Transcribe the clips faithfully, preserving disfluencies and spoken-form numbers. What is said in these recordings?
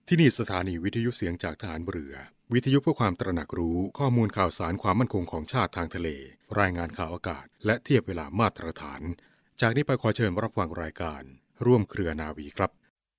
ที่นี่สถานีวิทยุเสียงจากทหารเรือวิทยุเพื่อความตระหนักรู้ข้อมูลข่าวสารความมั่นคงของชาติทางทะเลรายงานข่าวอากาศและเทียบเวลามาตรฐานจากนี้ไปขอเชิญรับฟังรายการร่วมเครือนาวีครับ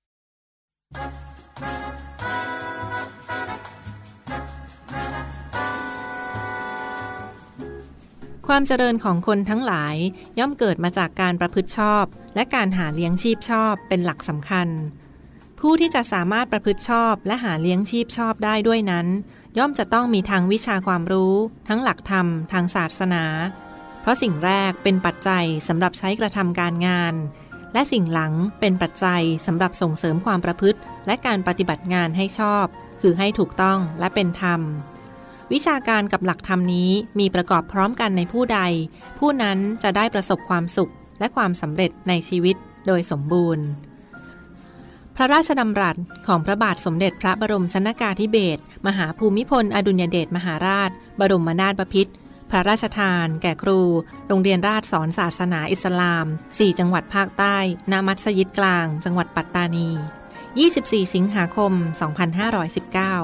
ความเจริญของคนทั้งหลายย่อมเกิดมาจากการประพฤติชอบและการหาเลี้ยงชีพชอบเป็นหลักสำคัญผู้ที่จะสามารถประพฤติชอบและหาเลี้ยงชีพชอบได้ด้วยนั้นย่อมจะต้องมีทางวิชาความรู้ทั้งหลักธรรมทางศาสนาเพราะสิ่งแรกเป็นปัจจัยสำหรับใช้กระทำการงานและสิ่งหลังเป็นปัจจัยสำหรับส่งเสริมความประพฤติและการปฏิบัติงานให้ชอบคือให้ถูกต้องและเป็นธรรมวิชาการกับหลักธรรมนี้มีประกอบพร้อมกันในผู้ใดผู้นั้นจะได้ประสบความสุขและความสำเร็จในชีวิตโดยสมบูรณ์พระราชดำรัสของพระบาทสมเด็จพระบรมชนกาธิเบศรมหาภูมิพลอดุลยเดชมหาราชบรมนาถบพิตรพระราชทานแก่ครูโรงเรียนราชสอนศาสนาอิสลามสี่จังหวัดภาคใต้ณมัสยิดกลางจังหวัดปัตตานียี่สิบสี่สิงหาคมสองพันห้าร้อยสิบเก้า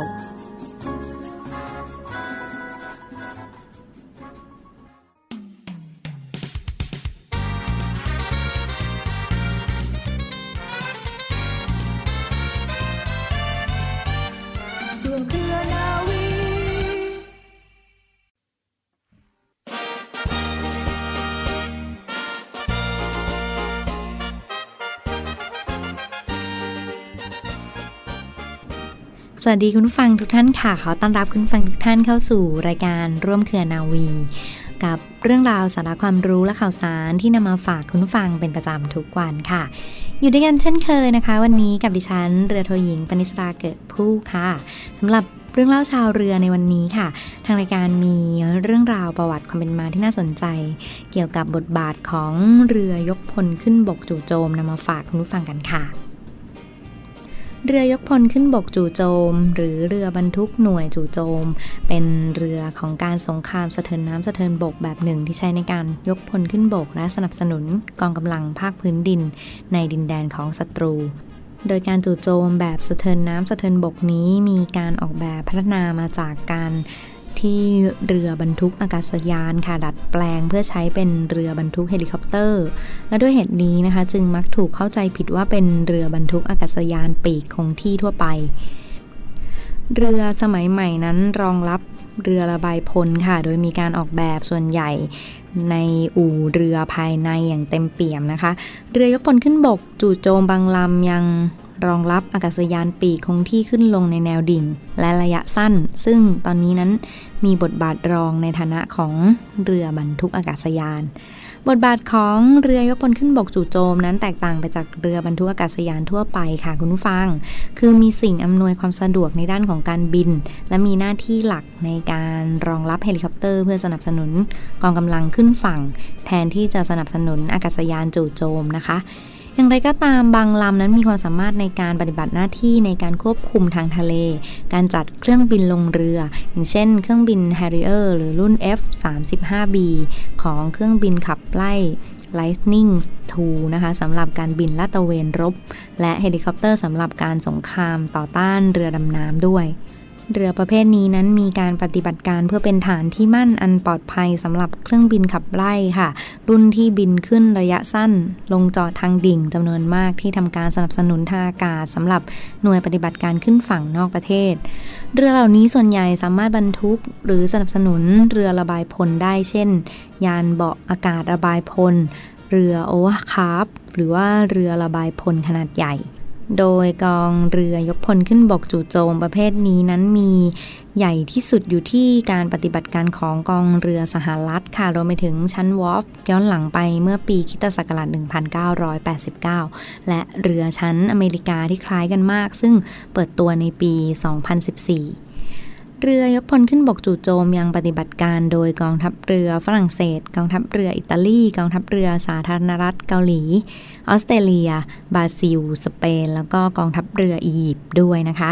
สวัสดีคุณผู้ฟังทุกท่านค่ะขอต้อนรับคุณผู้ฟังทุกท่านเข้าสู่รายการร่วมเครือนาวีกับเรื่องราวสาระความรู้และข่าวสารที่นำมาฝากคุณผู้ฟังเป็นประจำทุกวันค่ะอยู่ด้วยกันเช่นเคยนะคะวันนี้กับดิฉันเรือโทหญิงปณิสราเกิดผู้ค่ะสำหรับเรื่องเล่าชาวเรือในวันนี้ค่ะทางรายการมีเรื่องราวประวัติความเป็นมาที่น่าสนใจเกี่ยวกับบทบาทของเรือยกพลขึ้นบกจู่โจมนำมาฝากคุณผู้ฟังกันค่ะเรือยกพลขึ้นบกจู่โจมหรือเรือบรรทุกหน่วยจู่โจมเป็นเรือของการสงครามสะเทินน้ำสะเทินบกแบบหนึ่งที่ใช้ในการยกพลขึ้นบกและสนับสนุนกองกำลังภาคพื้นดินในดินแดนของศัตรูโดยการจู่โจมแบบสะเทินน้ำสะเทินบกนี้มีการออกแบบพัฒนามาจากการที่เรือบรรทุกอากาศยานค่ะดัดแปลงเพื่อใช้เป็นเรือบรรทุกเฮลิคอปเตอร์และด้วยเหตุนี้นะคะจึงมักถูกเข้าใจผิดว่าเป็นเรือบรรทุกอากาศยานปีกคงที่ทั่วไปเรือสมัยใหม่นั้นรองรับเรือระบายพลค่ะโดยมีการออกแบบส่วนใหญ่ในอู่เรือภายในอย่างเต็มเปี่ยมนะคะเรือยกพลขึ้นบกจู่โจมบางลำยังรองรับอากาศยานปีกคงที่ขึ้นลงในแนวดิ่งและระยะสั้นซึ่งตอนนี้นั้นมีบทบาทรองในฐานะของเรือบรรทุกอากาศยานบทบาทของเรือยกพลขึ้นบกจู่โจมนั้นแตกต่างไปจากเรือบรรทุกอากาศยานทั่วไปค่ะคุณผู้ฟังคือมีสิ่งอำนวยความสะดวกในด้านของการบินและมีหน้าที่หลักในการรองรับเฮลิคอปเตอร์เพื่อสนับสนุนกองกำลังขึ้นฝั่งแทนที่จะสนับสนุนอากาศยานจู่โจมนะคะอย่างไรก็ตามบางลำนั้นมีความสามารถในการปฏิบัติหน้าที่ในการควบคุมทางทะเลการจัดเครื่องบินลงเรืออย่างเช่นเครื่องบิน Harrier หรือรุ่น เอฟ สามสิบห้า บี ของเครื่องบินขับไล่ Lightning ทู นะคะสำหรับการบินลาดตระเวนรบและเฮลิคอปเตอร์สำหรับการสงครามต่อต้านเรือดำน้ำด้วยเรือประเภทนี้นั้นมีการปฏิบัติการเพื่อเป็นฐานที่มั่นอันปลอดภัยสำหรับเครื่องบินขับไล่ค่ะรุ่นที่บินขึ้นระยะสั้นลงจอดทางดิ่งจำนวนมากที่ทำการสนับสนุนทางอากาศสำหรับหน่วยปฏิบัติการขึ้นฝั่งนอกประเทศเรือเหล่านี้ส่วนใหญ่สามารถบรรทุกหรือสนับสนุนเรือระบายพลได้เช่นยานเบาะอากาศระบายพลเรือโอเวอร์คราฟหรือว่าเรือระบายพลขนาดใหญ่โดยกองเรือยกพลขึ้นบกจู่โจมประเภทนี้นั้นมีใหญ่ที่สุดอยู่ที่การปฏิบัติการของกองเรือสหรัฐค่ะรวมไปถึงชั้นวอร์ฟย้อนหลังไปเมื่อปีค.ศ. หนึ่งพันเก้าร้อยแปดสิบเก้าและเรือชั้นอเมริกาที่คล้ายกันมากซึ่งเปิดตัวในปีสองพันสิบสี่เรือยกพลขึ้นบกจู่โจมยังปฏิบัติการโดยกองทัพเรือฝรั่งเศสกองทัพเรืออิตาลีกองทัพเรือสาธารณรัฐเกาหลีออสเตรเลียบราซิลสเปนแล้วก็กองทัพเรืออียิปต์ด้วยนะคะ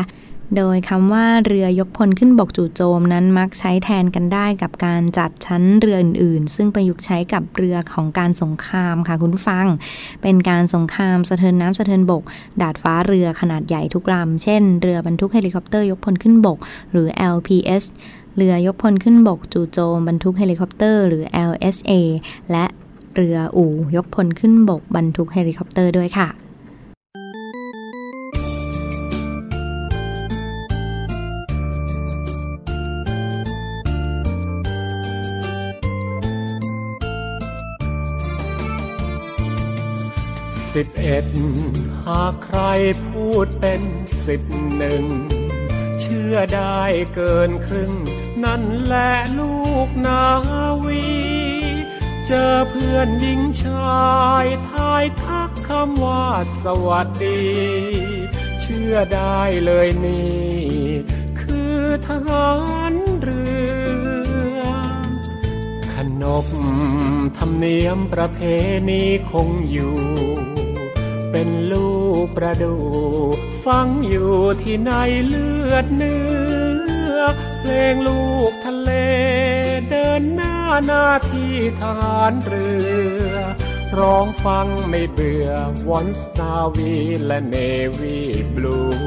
โดยคำว่าเรือยกพลขึ้นบกจู่โจมนั้นมักใช้แทนกันได้กับการจัดชั้นเรืออื่นๆซึ่งประยุกต์ใช้กับเรือของการสงครามค่ะคุณผู้ฟังเป็นการสงครามสะเทินน้ำสะเทินบกดาดฟ้าเรือขนาดใหญ่ทุกลำเช่นเรือบรรทุกเฮลิคอปเตอร์ยกพลขึ้นบกหรือ แอล พี เอส เรือยกพลขึ้นบกจู่โจมบรรทุกเฮลิคอปเตอร์หรือ แอล เอส เอ และเรืออู่ยกพลขึ้นบกบรรทุกเฮลิคอปเตอร์ด้วยค่ะสิบเอ็ดหากใครพูดเป็นสิบหนึ่งเชื่อได้เกินครึ่งนั่นแหละลูกนาวีเจอเพื่อนหญิงชายทายทักคำว่าสวัสดีเชื่อได้เลยนี่คือทหารเรือขนบธรรมเนียมประเพณีคงอยู่เป็นลูกประดูฟังอยู่ที่ในเลือดเนื้อเพลงลูกทะเลเดินหน้าหน้าที่ทหารเรือร้องฟังไม่เบื่อ Once Navy และ Navy Blue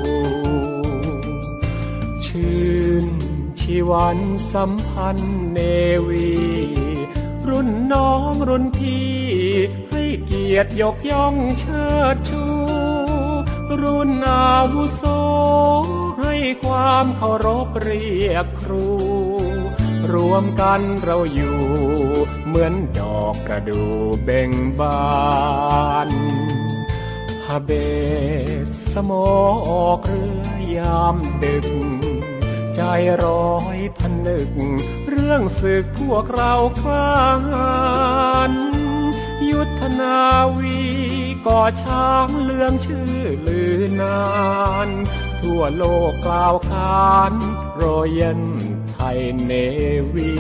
ชื่นชีวันสัมพันธ์เนวีรุ่นน้องรุ่นพี่ให้เกียรติยกย่องเชิดชูรุ่นอาวุโสให้ความเคารพเรียกครูรวมกันเราอยู่เหมือนดอกประดู่เบ่งบานฮาเบตสโมออกเรือยามดึกใจร้อยพันนึกเรื่องศึกพวกเราคลานยุทธนาวีก่อช้างเลื่องชื่อลือนานทั่วโลกกล่าวขานรอยัลไทยเนวี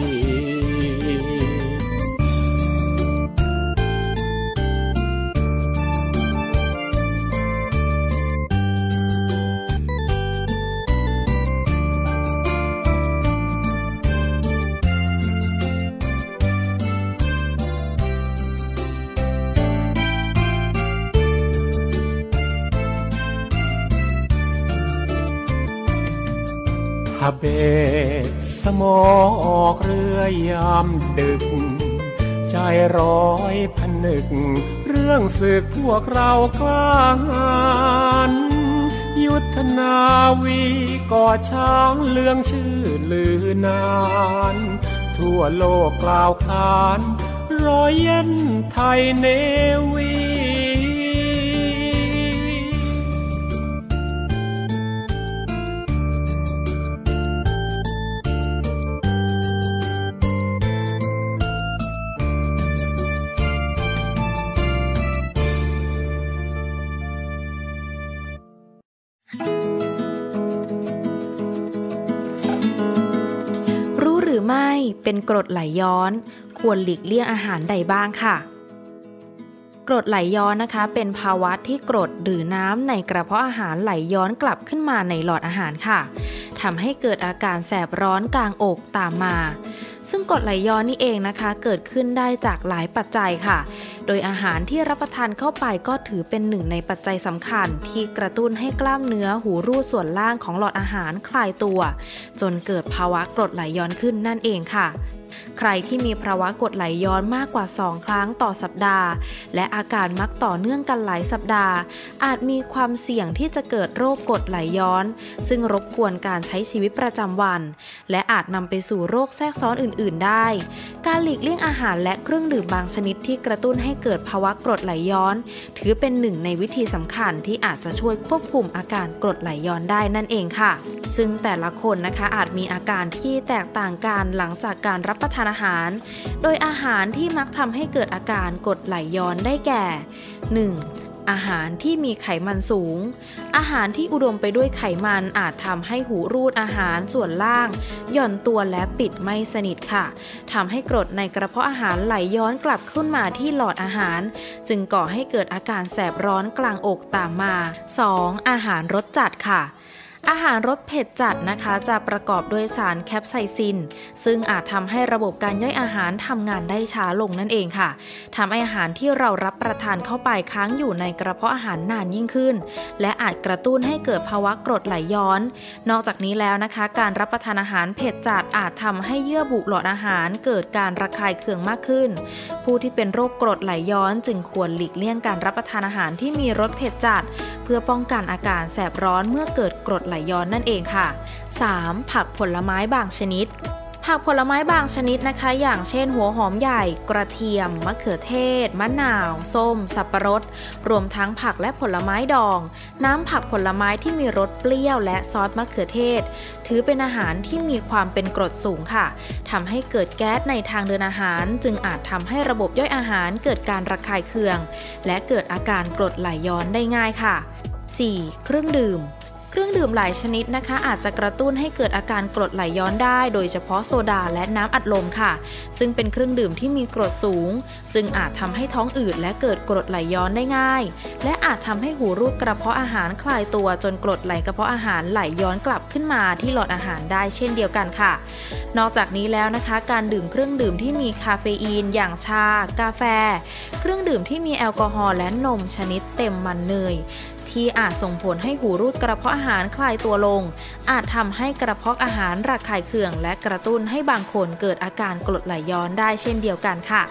ฮาเบตสโมออกเรือยามดึกใจร้อยพันนึกเรื่องศึกพวกเรากล้าหาญยุทธนาวีก่อช้างเลื่องชื่อลือนานทั่วโลกกล่าวขานรอยัลไทยเนวีหรือไม่เป็นกรดไหลย้อนควรหลีกเลี่ยงอาหารใดบ้างค่ะกรดไหลย้อนนะคะเป็นภาวะที่กรดหรือน้ำในกระเพาะอาหารไหลย้อนกลับขึ้นมาในหลอดอาหารค่ะทำให้เกิดอาการแสบร้อนกลางอกตามมาซึ่งกรดไหลย้อนนี่เองนะคะเกิดขึ้นได้จากหลายปัจจัยค่ะโดยอาหารที่รับประทานเข้าไปก็ถือเป็นหนึ่งในปัจจัยสำคัญที่กระตุ้นให้กล้ามเนื้อหูรูดส่วนล่างของหลอดอาหารคลายตัวจนเกิดภาวะกรดไหลย้อนขึ้นนั่นเองค่ะใครที่มีภาวะกรดไหลย้อนมากกว่าสองครั้งต่อสัปดาห์และอาการมักต่อเนื่องกันหลายสัปดาห์อาจมีความเสี่ยงที่จะเกิดโรคกรดไหลย้อนซึ่งรบกวนการใช้ชีวิตประจำวันและอาจนำไปสู่โรคแทรกซ้อนอื่นๆได้การหลีกเลี่ยงอาหารและเครื่องดื่มบางชนิดที่กระตุ้นให้เกิดภาวะกรดไหลย้อนถือเป็นหนึ่งในวิธีสำคัญที่อาจจะช่วยควบคุมอาการกรดไหลย้อนได้นั่นเองค่ะซึ่งแต่ละคนนะคะอาจมีอาการที่แตกต่างกันหลังจากการรับประทานอาหารโดยอาหารที่มักทำให้เกิดอาการกรดไหลย้อนได้แก่ หนึ่ง. อาหารที่มีไขมันสูงอาหารที่อุดมไปด้วยไขมันอาจทำให้หูรูดอาหารส่วนล่างหย่อนตัวและปิดไม่สนิทค่ะทำให้กรดในกระเพาะอาหารไหลย้อนกลับขึ้นมาที่หลอดอาหารจึงก่อให้เกิดอาการแสบร้อนกลางอกตามมา สอง. อาหารรสจัดค่ะอาหารรสเผ็ดจัดนะคะจะประกอบด้วยสารแคปไซซินซึ่งอาจทำให้ระบบการย่อยอาหารทำงานได้ช้าลงนั่นเองค่ะทำให้อาหารที่เรารับประทานเข้าไปค้างอยู่ในกระเพาะอาหารนานยิ่งขึ้นและอาจกระตุ้นให้เกิดภาวะกรดไหลย้อนนอกจากนี้แล้วนะคะการรับประทานอาหารเผ็ดจัดอาจทำให้เยื่อบุหลอดอาหารเกิดการระคายเคืองมากขึ้นผู้ที่เป็นโรคกรดไหลย้อนจึงควรหลีกเลี่ยงการรับประทานอาหารที่มีรสเผ็ดจัดเพื่อป้องกันอาการแสบร้อนเมื่อเกิดกรดไหลย้อนนั่นเองค่ะ สาม ผักผลไม้บางชนิดผักผลไม้บางชนิดนะคะอย่างเช่นหัวหอมใหญ่กระเทียมมะเขือเทศมะนาวส้มสับปะรดรวมทั้งผักและผลไม้ดองน้ำผักผลไม้ที่มีรสเปรี้ยวและซอสมะเขือเทศถือเป็นอาหารที่มีความเป็นกรดสูงค่ะทำให้เกิดแก๊สในทางเดินอาหารจึงอาจทำให้ระบบย่อยอาหารเกิดการระคายเคืองและเกิดอาการกรดไหลย้อนได้ง่ายค่ะ สี่ เครื่องดื่มเครื่องดื่มหลายชนิดนะคะอาจจะกระตุ้นให้เกิดอาการกรดไหลย้อนได้โดยเฉพาะโซดาและน้ำอัดลมค่ะซึ่งเป็นเครื่องดื่มที่มีกรดสูงจึงอาจทำให้ท้องอืดและเกิดกรดไหลย้อนได้ง่ายและอาจทำให้หูรูดกระเพาะอาหารคลายตัวจนกรดไหลกระเพาะอาหารไหลย้อนกลับขึ้นมาที่หลอดอาหารได้เช่นเดียวกันค่ะนอกจากนี้แล้วนะคะการดื่มเครื่องดื่มที่มีคาเฟอีนอย่างชากาแฟเครื่องดื่มที่มีแอลกอฮอล์และนมชนิดเต็มมันเนยที่อาจส่งผลให้หูรูดกระเพาะอาหารคลายตัวลงอาจทำให้กระเพาะอาหารระคายเคืองและกระตุ้นให้บางคนเกิดอาการกรดไหลย้อนได้เช่นเดียวกันค่ะ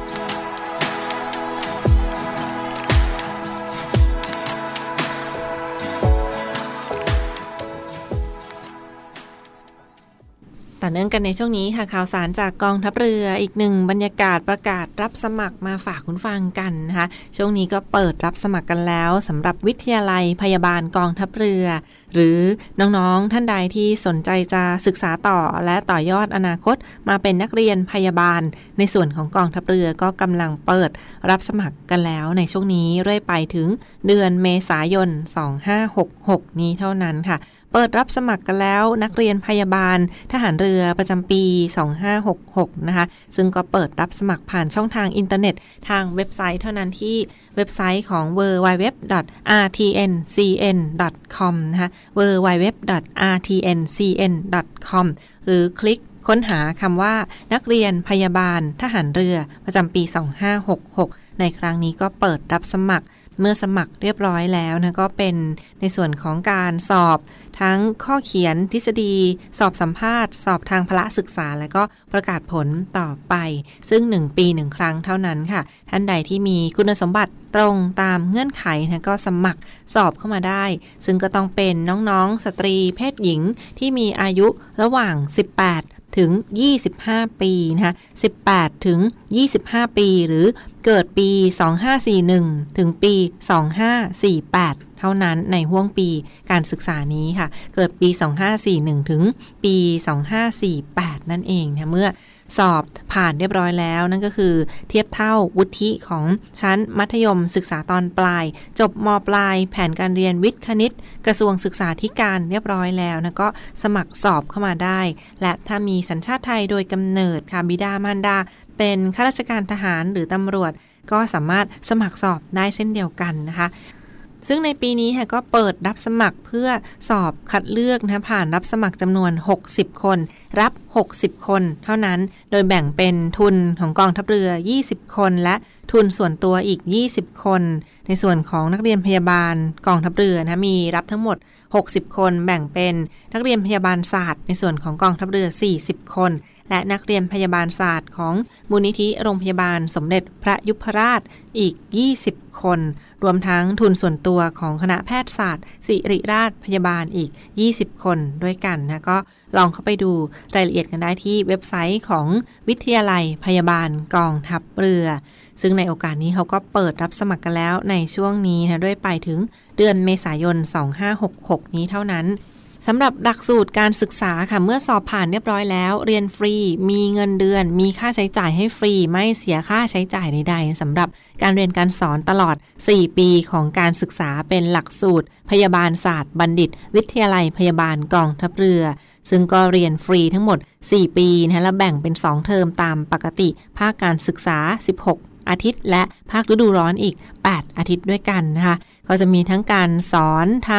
ต่อเนื่องกันในช่วงนี้ค่ะข่าวสารจากกองทัพเรืออีกหนึ่งบรรยากาศประกาศรับสมัครมาฝากคุณฟังกันนะคะช่วงนี้ก็เปิดรับสมัครกันแล้วสำหรับวิทยาลัยพยาบาลกองทัพเรือหรือน้องๆท่านใดที่สนใจจะศึกษาต่อและต่อยอดอนาคตมาเป็นนักเรียนพยาบาลในส่วนของกองทัพเรือก็กำลังเปิดรับสมัครกันแล้วในช่วงนี้เรื่อยไปถึงเดือนเมษายนสองพันห้าร้อยหกสิบหกนี้เท่านั้นค่ะเปิดรับสมัครกันแล้วนักเรียนพยาบาลทหารเรือประจำปีสองพันห้าร้อยหกสิบหกนะคะซึ่งก็เปิดรับสมัครผ่านช่องทางอินเทอร์เน็ตทางเว็บไซต์เท่านั้นที่เว็บไซต์ของ ดับเบิลยู ดับเบิลยู ดับเบิลยู ดอท อาร์ ที เอ็น ซี เอ็น ดอท คอม นะคะ ดับเบิลยู ดับเบิลยู ดับเบิลยู ดอท อาร์ ที เอ็น ซี เอ็น ดอท คอม หรือคลิกค้นหาคำว่านักเรียนพยาบาลทหารเรือประจำปีสองพันห้าร้อยหกสิบหกในครั้งนี้ก็เปิดรับสมัครเมื่อสมัครเรียบร้อยแล้วนะก็เป็นในส่วนของการสอบทั้งข้อเขียนทฤษฎีสอบสัมภาษณ์สอบทางพละศึกษาแล้วก็ประกาศผลต่อไปซึ่งหนึ่งปีหนึ่งครั้งเท่านั้นค่ะท่านใดที่มีคุณสมบัติตรงตามเงื่อนไขนะก็สมัครสอบเข้ามาได้ซึ่งก็ต้องเป็นน้องๆสตรีเพศหญิงที่มีอายุระหว่างสิบแปดถึงยี่สิบห้าปีนะคะสิบแปดถึงยี่สิบห้าปีหรือเกิดปีสองพันห้าร้อยสี่สิบเอ็ดถึงปีสองพันห้าร้อยสี่สิบแปดเท่านั้นในห้วงปีการศึกษานี้ค่ะเกิดปีสองพันห้าร้อยสี่สิบเอ็ดถึงปีสองพันห้าร้อยสี่สิบแปดนั่นเองนะเมื่อสอบผ่านเรียบร้อยแล้วนั่นก็คือเทียบเท่าวุฒิของชั้นมัธยมศึกษาตอนปลายจบม.ปลายแผนการเรียนวิทย์คณิตกระทรวงศึกษาธิการเรียบร้อยแล้วนะก็สมัครสอบเข้ามาได้และถ้ามีสัญชาติไทยโดยกำเนิดค่ะบิดามารดาเป็นข้าราชการทหารหรือตำรวจก็สามารถสมัครสอบได้เช่นเดียวกันนะคะซึ่งในปีนี้ค่ะก็เปิดรับสมัครเพื่อสอบคัดเลือกนะผ่านรับสมัครจำนวนหกสิบคนรับหกสิบคนเท่านั้นโดยแบ่งเป็นทุนของกองทัพเรือยี่สิบคนและทุนส่วนตัวอีกยี่สิบคนในส่วนของนักเรียนพยาบาลกองทัพเรือนะมีรับทั้งหมดหกสิบคนแบ่งเป็นนักเรียนพยาบาลศาสตร์ในส่วนของกองทัพเรือสี่สิบคนและนักเรียนพยาบาลศาสตร์ของมูลนิธิโรงพยาบาลสมเด็จพระยุพราชอีกยี่สิบคนรวมทั้งทุนส่วนตัวของคณะแพทยศาสตร์ศิริราชพยาบาลอีกยี่สิบคนด้วยกันนะก็ลองเข้าไปดูรายละเอียดกันได้ที่เว็บไซต์ของวิทยาลัยพยาบาลกองทัพเรือซึ่งในโอกาสนี้เขาก็เปิดรับสมัครกันแล้วในช่วงนี้นะด้วยไปถึงเดือนเมษายนสองพันห้าร้อยหกสิบหกนี้เท่านั้นสำหรับหลักสูตรการศึกษาค่ะเมื่อสอบผ่านเรียบร้อยแล้วเรียนฟรีมีเงินเดือนมีค่าใช้จ่ายให้ฟรีไม่เสียค่าใช้จ่ายใดๆสำหรับการเรียนการสอนตลอดสี่ปีของการศึกษาเป็นหลักสูตรพยาบาลศาสตร์บัณฑิตวิทยาลัยพยาบาลกองทัพเรือซึ่งก็เรียนฟรีทั้งหมดสี่ปีนะและแบ่งเป็นสองเทอมตามปกติภาคการศึกษาสิบหกอาทิตย์และภาคฤดูร้อนอีกแปดอาทิตย์ด้วยกันนะคะก็จะมีทั้งการสอนทั้ง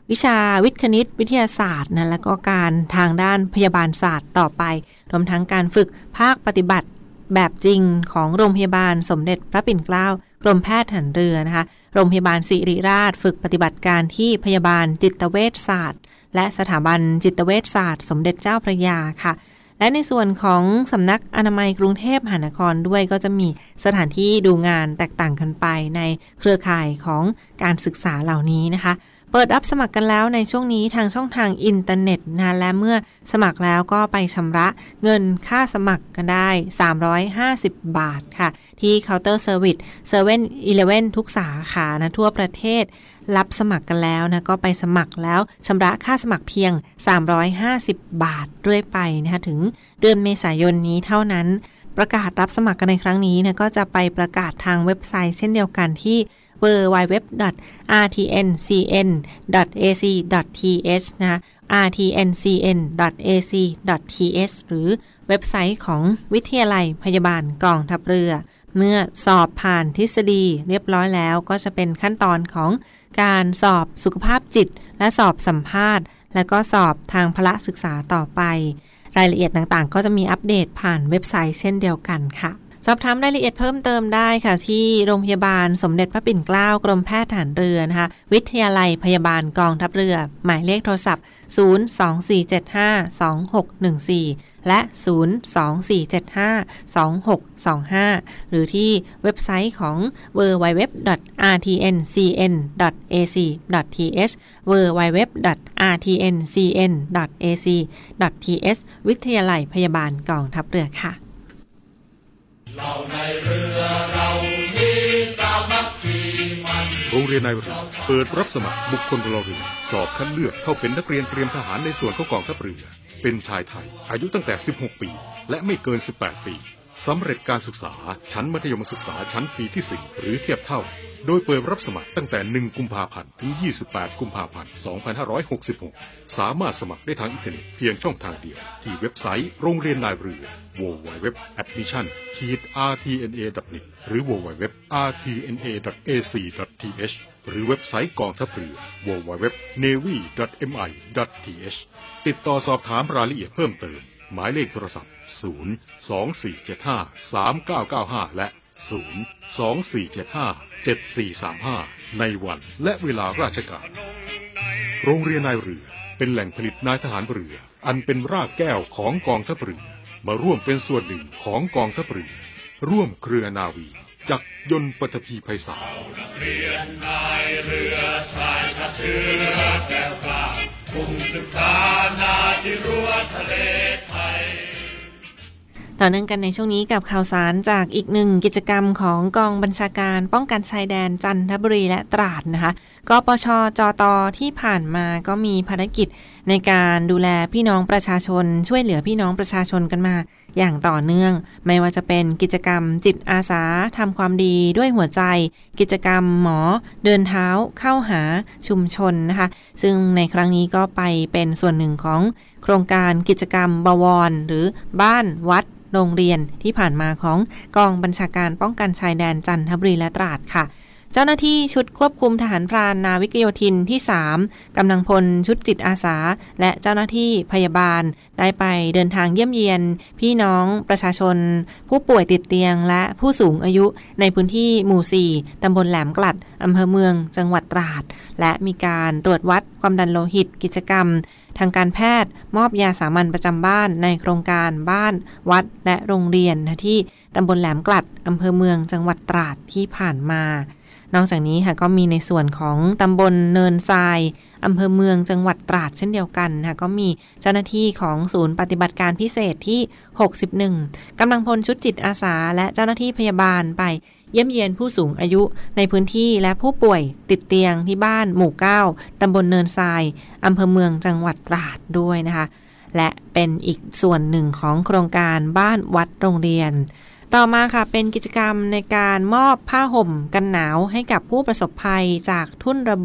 วิชาวิทย์คณิตวิทยาศาสตร์นะแล้วก็การทางด้านพยาบาลศาสตร์ต่อไปรวมทั้งการฝึกภาคปฏิบัติแบบจริงของโรงพยาบาลสมเด็จพระปิ่นเกล้ากรมแพทย์ทหารเรือนะคะโรงพยาบาลศิริราชฝึกปฏิบัติการที่พยาบาลจิตเวชศาสตร์และสถาบันจิตเวชศาสตร์สมเด็จเจ้าพระยาค่ะและในส่วนของสำนักอนามัยกรุงเทพมหานครด้วยก็จะมีสถานที่ดูงานแตกต่างกันไปในเครือข่ายของการศึกษาเหล่านี้นะคะเปิดรับสมัครกันแล้วในช่วงนี้ทางช่องทางอินเทอร์เน็ตนะและเมื่อสมัครแล้วก็ไปชำระเงินค่าสมัครกันได้สามร้อยห้าสิบบาทค่ะที่เคาน์เตอร์เซอร์วิส เซเว่นอีเลฟเว่น ทุกสาขานะทั่วประเทศรับสมัครกันแล้วนะก็ไปสมัครแล้วชำระค่าสมัครเพียงสามร้อยห้าสิบบาทเรื่อยไปนะคะถึงเดือนเมษายนนี้เท่านั้นประกาศรับสมัครกันในครั้งนี้นะก็จะไปประกาศทางเว็บไซต์เช่นเดียวกันที่ ดับเบิลยู ดับเบิลยู ดับเบิลยู ดอท อาร์ ที เอ็น ซี เอ็น ดอท เอ ซี ดอท ที เอช นะคะ อาร์ ที เอ็น ซี เอ็น ดอท เอ ซี ดอท ที เอช หรือเว็บไซต์ของวิทยาลัยพยาบาลกองทัพเรือเมื่อสอบผ่านทฤษฎีเรียบร้อยแล้วก็จะเป็นขั้นตอนของการสอบสุขภาพจิตและสอบสัมภาษณ์และก็สอบทางพละศึกษาต่อไปรายละเอียดต่างๆก็จะมีอัปเดตผ่านเว็บไซต์เช่นเดียวกันค่ะสอบถามรายละเอียดเพิ่มเติมได้ค่ะที่โรงพยาบาลสมเด็จพระปิ่นเกล้ากรมแพทย์ทหารเรือนะคะวิทยาลัยพยาบาลกองทัพเรือหมายเลขโทรศัพท์ศูนย์ สอง สี่ เจ็ด ห้า สอง หก หนึ่ง สี่และศูนย์ สอง สี่ เจ็ด ห้า สอง หก สอง ห้าหรือที่เว็บไซต์ของ ดับเบิลยู ดับเบิลยู ดับเบิลยู ดอท อาร์ ที เอ็น ซี เอ็น ดอท เอ ซี ดอท ที เอช ดับเบิลยู ดับเบิลยู ดับเบิลยู ดอท อาร์ ที เอ็น ซี เอ็น ดอท เอ ซี ดอท ที เอช วิทยาลัยพยาบาลกองทัพเรือค่ะเราในเรือเรานี้สามัคคีมันโรงเรียนนายเรือเปิดรับสมัครบุคคลพลเรือนสอบคัดเลือกเข้าเป็นนักเรียนเตรียมทหารในส่วนของกองทัพเรือเป็นชายไทยอายุตั้งแต่สิบหกปีและไม่เกินสิบแปดปีสำเร็จการศึกษาชั้นมัธยมศึกษาชั้นปีที่สี่หรือเทียบเท่าโดยเปิดรับสมัครตั้งแต่หนึ่งกุมภาพันธ์ถึงยี่สิบแปดกุมภาพันธ์สองพันห้าร้อยหกสิบหกสามารถสมัครได้ทางอินเทอร์เน็ตเพียงช่องทางเดียวที่เว็บไซต์โรงเรียนนายเรือ ดับเบิลยู ดับเบิลยู ดับเบิลยู ดอท แอดมิชชั่น อาร์ ที เอ็น เอ ดอท เน็ต หรือ ดับเบิลยู ดับเบิลยู ดับเบิลยู ดอท อาร์ ที เอ็น เอ ดอท เอ ซี ดอท ที เอช หรือเว็บไซต์กองทัพเรือ ดับเบิลยู ดับเบิลยู ดับเบิลยู ดอท เนวี ดอท เอ็ม ไอ ดอท ที เอช ติดต่อสอบถามรายละเอียดเพิ่มเติมหมายเลขโทรศัพท์ศูนย์ สอง สี่ เจ็ด ห้า สาม เก้า เก้า ห้าและศูนย์ สอง สี่ เจ็ด ห้า เจ็ด สี่ สาม ห้าในวันและเวลาราชการโรงเรียนนายเรือเป็นแหล่งผลิตนายทหารเรืออันเป็นรากแก้วของกองทัพเรือมาร่วมเป็นส่วนหนึ่งของกองทัพเรือร่วมเครือนาวีจักรยนต์ปฐพีไพศาลเรียนนายเรือชายทะเชือแก้วกล้ามุ่งศึกษานาที่รั้วทะเลไทยต่อเนื่องกันในช่วงนี้กับข่าวสารจากอีกหนึ่งกิจกรรมของกองบัญชาการป้องกันชายแดนจันทบุรีและตราดนะคะกปช.จต.ที่ผ่านมาก็มีภารกิจในการดูแลพี่น้องประชาชนช่วยเหลือพี่น้องประชาชนกันมาอย่างต่อเนื่องไม่ว่าจะเป็นกิจกรรมจิตอาสาทำความดีด้วยหัวใจกิจกรรมหมอเดินเท้าเข้าหาชุมชนนะคะซึ่งในครั้งนี้ก็ไปเป็นส่วนหนึ่งของโครงการกิจกรรมบวรหรือบ้านวัดโรงเรียนที่ผ่านมาของกองบัญชาการป้องกันชายแดนจันทบุรีและตราดค่ะเจ้าหน้าที่ชุดควบคุมทหารพรานนาวิกโยธินที่สามกำลังพลชุดจิตอาสาและเจ้าหน้าที่พยาบาลได้ไปเดินทางเยี่ยมเยียนพี่น้องประชาชนผู้ป่วยติดเตียงและผู้สูงอายุในพื้นที่หมู่สี่ตำบลแหลมกลัดอำเภอเมืองจังหวัดตราดและมีการตรวจวัดความดันโลหิตกิจกรรมทางการแพทย์มอบยาสามัญประจำบ้านในโครงการบ้านวัดและโรงเรียนที่ตำบลแหลมกลัดอำเภอเมืองจังหวัดตราดที่ผ่านมานอกจากนี้ค่ะก็มีในส่วนของตำบลเนินทรายอำเภอเมืองจังหวัดตราดเช่นเดียวกันค่ะก็มีเจ้าหน้าที่ของศูนย์ปฏิบัติการพิเศษที่หกสิบเอ็ดกำลังพลชุดจิตอาสาและเจ้าหน้าที่พยาบาลไปเยี่ยมเยียนผู้สูงอายุในพื้นที่และผู้ป่วยติดเตียงที่บ้านหมู่เก้าตำบลเนินทรายอำเภอเมืองจังหวัดตราดด้วยนะคะและเป็นอีกส่วนหนึ่งของโครงการบ้านวัดโรงเรียนต่อมาค่ะเป็นกิจกรรมในการมอบผ้าห่มกันหนาวให้กับผู้ประสบภัยจากทุ่นระเบิด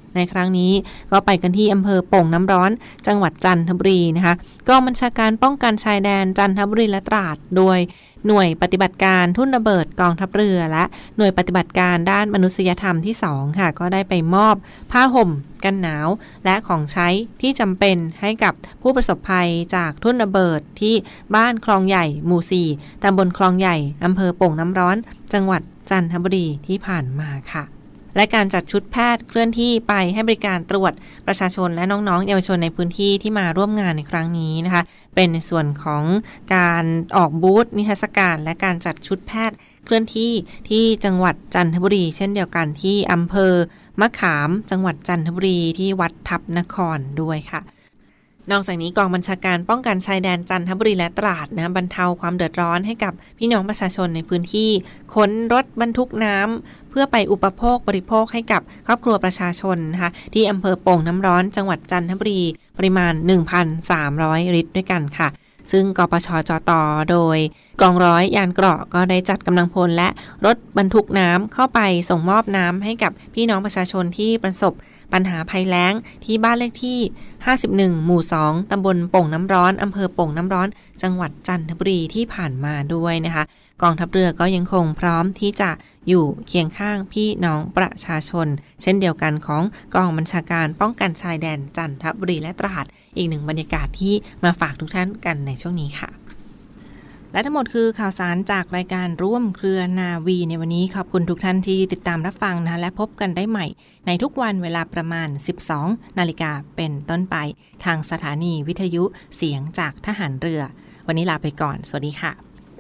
ในครั้งนี้ก็ไปกันที่อำเภอโป่งน้ำร้อนจังหวัดจันทบุรีนะคะกองบัญชาการป้องกันชายแดนจันทบุรีและตราดโดยหน่วยปฏิบัติการทุ่นระเบิดกองทัพเรือและหน่วยปฏิบัติการด้านมนุษยธรรมที่สองค่ะก็ได้ไปมอบผ้าห่มกันหนาวและของใช้ที่จำเป็นให้กับผู้ประสบภัยจากทุ่นระเบิดที่บ้านคลองใหญ่หมู่สี่ตำบลคลองใหญ่อำเภอโป่งน้ำร้อนจังหวัดจันทบุรีที่ผ่านมาค่ะและการจัดชุดแพทย์เคลื่อนที่ไปให้บริการตรวจประชาชนและน้องๆเยาวชนในพื้นที่ที่มาร่วมงานในครั้งนี้นะคะเป็นในส่วนของการออกบูธนิทรรศการและการจัดชุดแพทย์เคลื่อนที่ที่จังหวัดจันทบุรีเช่นเดียวกันที่อำเภอมะขามจังหวัดจันทบุรีที่วัดทับนครด้วยค่ะนอกจากนี้กองบัญชาการป้องกันชายแดนจันทบุรีและตราดนะบรรเทาความเดือดร้อนให้กับพี่น้องประชาชนในพื้นที่ขนรถบรรทุกน้ำเพื่อไปอุปโภคบริโภคให้กับครอบครัวประชาชนนะคะที่อำเภอโป่งน้ำร้อนจังหวัดจันทบุรีปริมาณ หนึ่งพันสามร้อย ลิตรด้วยกันค่ะซึ่งกปชจต.โดยกองร้อยยานเกราะก็ได้จัดกำลังพลและรถบรรทุกน้ำเข้าไปส่งมอบน้ำให้กับพี่น้องประชาชนที่ประสบปัญหาภัยแล้งที่บ้านเลขที่ห้าสิบเอ็ดหมู่สองตำบลโป่งน้ำร้อนอำเภอโป่งน้ำร้อนจังหวัดจันทบุรีที่ผ่านมาด้วยนะคะกองทัพเรือก็ยังคงพร้อมที่จะอยู่เคียงข้างพี่น้องประชาชนเช่นเดียวกันของกองบัญชาการป้องกันชายแดนจันทบุรีและตราดอีกหนึ่งบรรยากาศที่มาฝากทุกท่านกันในช่วงนี้ค่ะและทั้งหมดคือข่าวสารจากรายการร่วมเครือนาวีในวันนี้ขอบคุณทุกท่านที่ติดตามรับฟังนะและพบกันได้ใหม่ในทุกวันเวลาประมาณ สิบสอง นาฬิกาเป็นต้นไปทางสถานีวิทยุเสียงจากทหารเรือวันนี้ลาไปก่อนสวัสดีค่ะ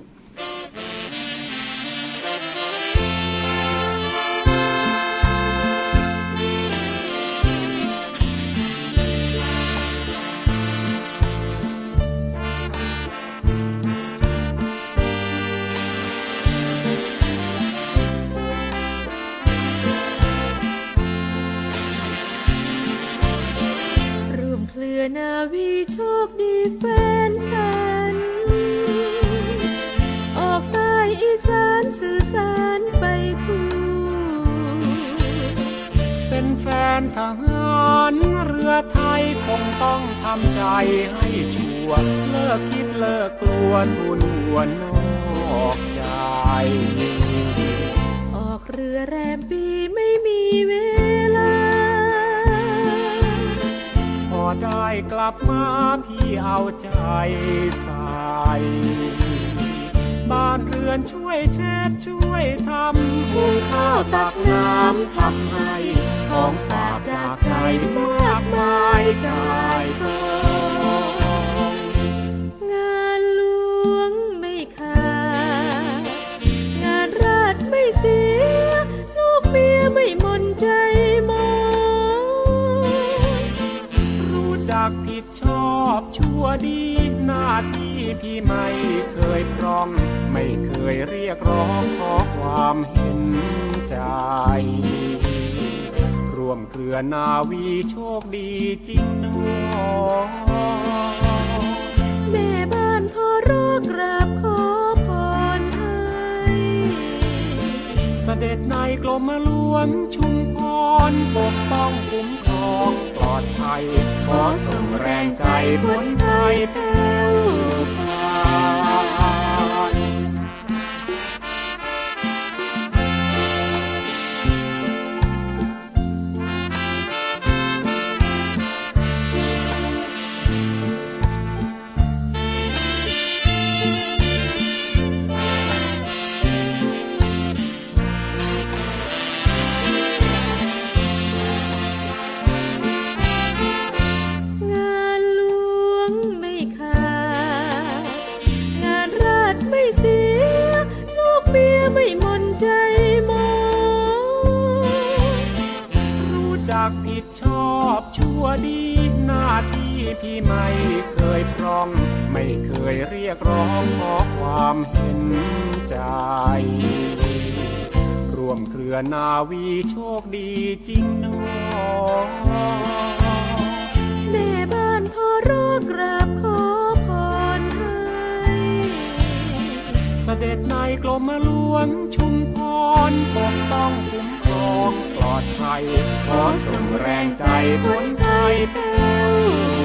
นาวีโชคดีแฟนฉันออกใต้อีสานสื่อสารไปทั่วเป็นแฟนทหารเรือไทยคงต้องทำใจให้ชัวร์เลิกคิดเลิกกลัวทุนหัวนอกใจออกเรือแรมปีไม่มีเวลาพอได้กลับมาพี่เอาใจใส่บ้านเรือนช่วยเช็ดช่วยทำหุงข้าวตักน้ำทำให้ของฝากจากใจมากมายกายกองงานหลวงไม่ขาดงานราชไม่เสียลูกเมียไม่หม่นใจมจากผิดชอบชั่วดีหน้าที่พี่ไม่เคยพร่องไม่เคยเรียกร้องขอความเห็นใจร่วมเครือนาวีโชคดีจริงหนอแม่บ้านขอร้องกราบขอพรให้เสด็จในกรมหลวงชุมพรปกป้องคุ้มครองปลอดภัยขอส่งแรงใจบนไทยแผ่วพานไม่หม่นใจมรู้จักผิดชอบชั่วดีหน้าที่พี่ไม่เคยพร่องไม่เคยเรียกร้องขอความเห็นใจร่วมเครือนาวีโชคดีจริงหนอแม่บ้านขอร้องกราบขอพรให้เสด็จในกรมหลวงชุมพรปกป้องคุ้มครองปลอดภัยขอส่งแรงใจบนไทยแผ่ว